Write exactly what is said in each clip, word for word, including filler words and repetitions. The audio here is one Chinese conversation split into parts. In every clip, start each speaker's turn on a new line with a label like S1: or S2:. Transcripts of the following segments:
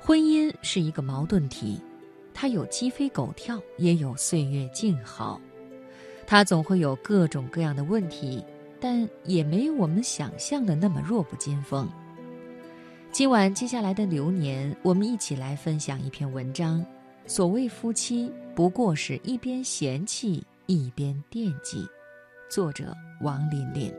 S1: 婚姻是一个矛盾体，它有鸡飞狗跳，也有岁月静好。它总会有各种各样的问题，但也没有我们想象的那么弱不禁风。今晚接下来的流年，我们一起来分享一篇文章。所谓夫妻，不过是一边嫌弃，一边惦记。作者王琳琳。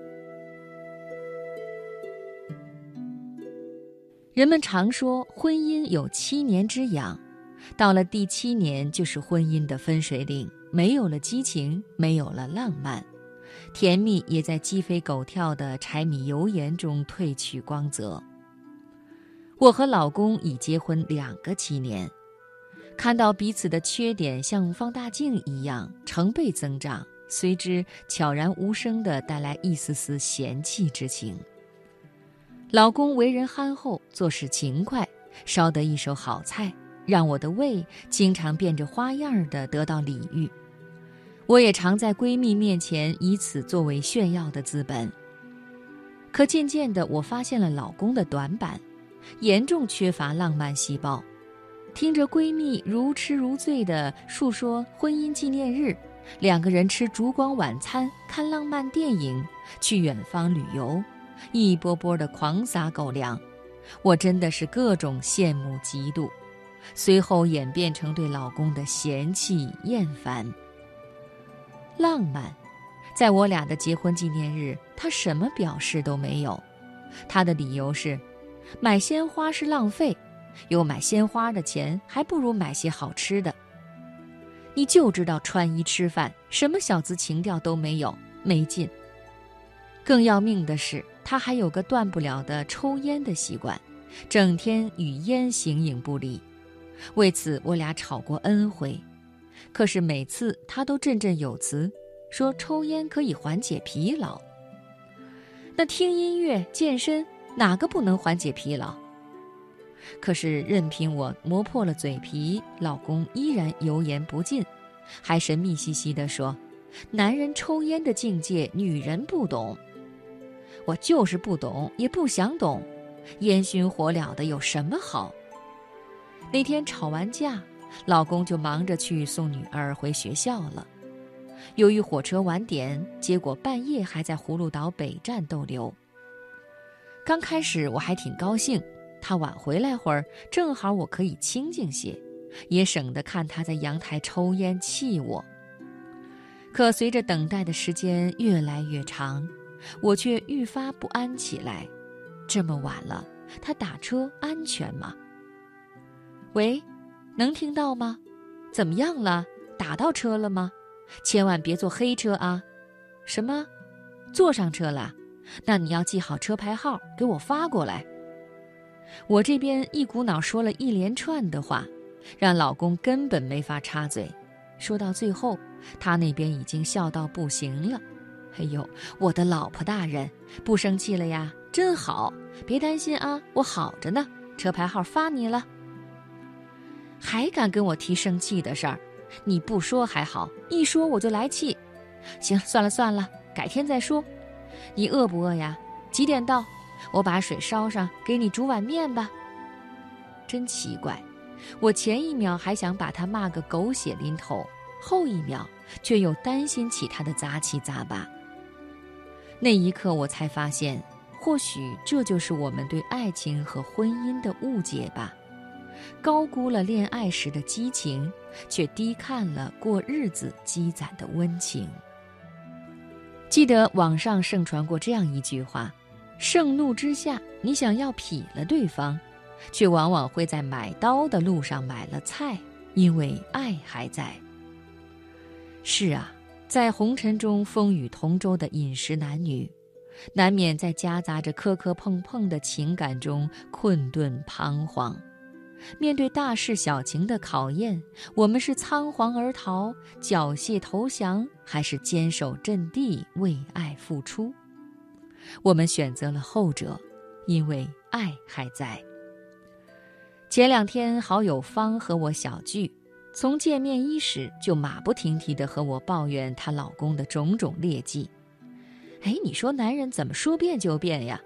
S1: 人们常说婚姻有七年之痒，到了第七年就是婚姻的分水岭，没有了激情，没有了浪漫，甜蜜也在鸡飞狗跳的柴米油盐中褪去光泽。我和老公已结婚两个七年，看到彼此的缺点像放大镜一样成倍增长，随之悄然无声地带来一丝丝嫌弃之情。老公为人憨厚，做事勤快，烧得一手好菜，让我的胃经常变着花样地得到礼遇。我也常在闺蜜面前以此作为炫耀的资本。可渐渐的，我发现了老公的短板，严重缺乏浪漫细胞。听着闺蜜如痴如醉地述说婚姻纪念日，两个人吃烛光晚餐，看浪漫电影，去远方旅游，一波波的狂撒狗粮，我真的是各种羡慕嫉妒，随后演变成对老公的嫌弃厌烦。浪漫，在我俩的结婚纪念日，他什么表示都没有。他的理由是，买鲜花是浪费，有买鲜花的钱，还不如买些好吃的。你就知道穿衣吃饭，什么小资情调都没有，没劲。更要命的是，他还有个断不了的抽烟的习惯，整天与烟形影不离。为此我俩吵过 N 回，可是每次他都振振有词，说抽烟可以缓解疲劳。那听音乐健身哪个不能缓解疲劳？可是任凭我磨破了嘴皮，老公依然油盐不进，还神秘兮兮地说，男人抽烟的境界女人不懂。我就是不懂，也不想懂，烟熏火燎的有什么好？那天吵完架，老公就忙着去送女儿回学校了。由于火车晚点，结果半夜还在葫芦岛北站逗留。刚开始我还挺高兴，他晚回来会儿，正好我可以清静些，也省得看他在阳台抽烟气我。可随着等待的时间越来越长，我却愈发不安起来。这么晚了，他打车安全吗？喂，能听到吗？怎么样了？打到车了吗？千万别坐黑车啊！什么？坐上车了？那你要记好车牌号，给我发过来。我这边一股脑说了一连串的话，让老公根本没法插嘴。说到最后，他那边已经笑到不行了。哎呦，我的老婆大人，不生气了呀？真好，别担心啊，我好着呢，车牌号发你了。还敢跟我提生气的事儿？你不说还好，一说我就来气。行，算了算了，改天再说。你饿不饿呀？几点到？我把水烧上，给你煮碗面吧。真奇怪，我前一秒还想把他骂个狗血淋头，后一秒却又担心起他的杂七杂八。那一刻我才发现，或许这就是我们对爱情和婚姻的误解吧。高估了恋爱时的激情，却低看了过日子积攒的温情。记得网上盛传过这样一句话，盛怒之下，你想要劈了对方，却往往会在买刀的路上买了菜，因为爱还在。是啊，在红尘中风雨同舟的饮食男女，难免在夹杂着磕磕碰碰的情感中困顿彷徨。面对大事小情的考验，我们是仓皇而逃，缴械投降，还是坚守阵地，为爱付出？我们选择了后者，因为爱还在。前两天好友芳和我小聚，从见面伊始就马不停蹄地和我抱怨她老公的种种劣迹。哎，你说男人怎么说变就变呀？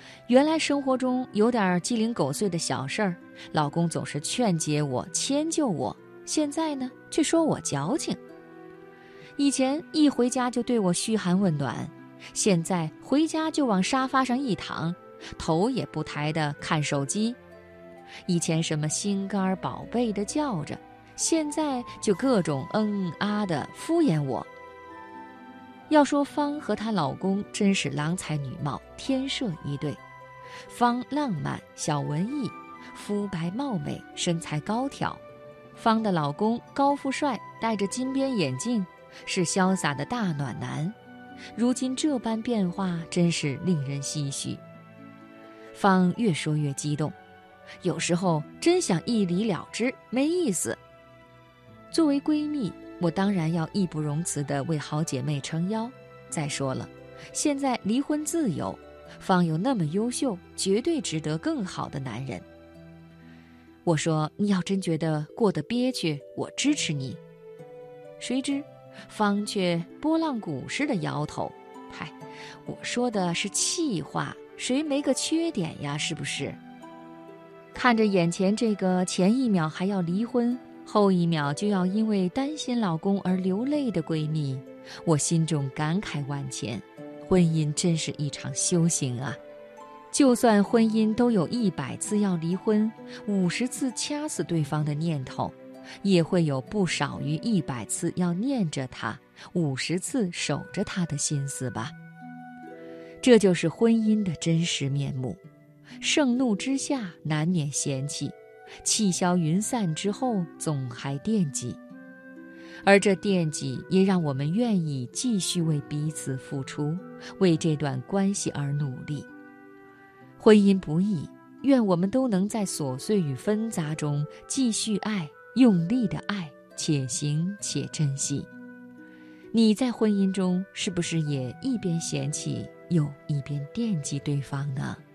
S1: 原来生活中有点鸡零狗碎的小事儿，老公总是劝解我、迁就我，现在呢，却说我矫情。以前一回家就对我嘘寒问暖，现在回家就往沙发上一躺，头也不抬地看手机。以前什么心肝宝贝的叫着，现在就各种嗯啊的敷衍我。要说芳和她老公真是郎才女貌，天设一对。芳浪漫小文艺，肤白貌美，身材高挑。芳的老公高富帅，戴着金边眼镜，是潇洒的大暖男。如今这般变化，真是令人唏嘘。芳越说越激动，有时候真想一离了之，没意思。作为闺蜜，我当然要义不容辞地为好姐妹撑腰。再说了，现在离婚自由，芳又那么优秀，绝对值得更好的男人。我说，你要真觉得过得憋屈，我支持你。谁知芳却拨浪鼓似的摇头，嗨，我说的是气话，谁没个缺点呀，是不是？看着眼前这个前一秒还要离婚，后一秒就要因为担心老公而流泪的闺蜜，我心中感慨万千。婚姻真是一场修行啊！就算婚姻都有一百次要离婚，五十次掐死对方的念头，也会有不少于一百次要念着他，五十次守着他的心思吧。这就是婚姻的真实面目。盛怒之下难免嫌弃，气消云散之后总还惦记。而这惦记也让我们愿意继续为彼此付出，为这段关系而努力。婚姻不易，愿我们都能在琐碎与纷杂中继续爱，用力的爱，且行且珍惜。你在婚姻中是不是也一边嫌弃又一边惦记对方呢？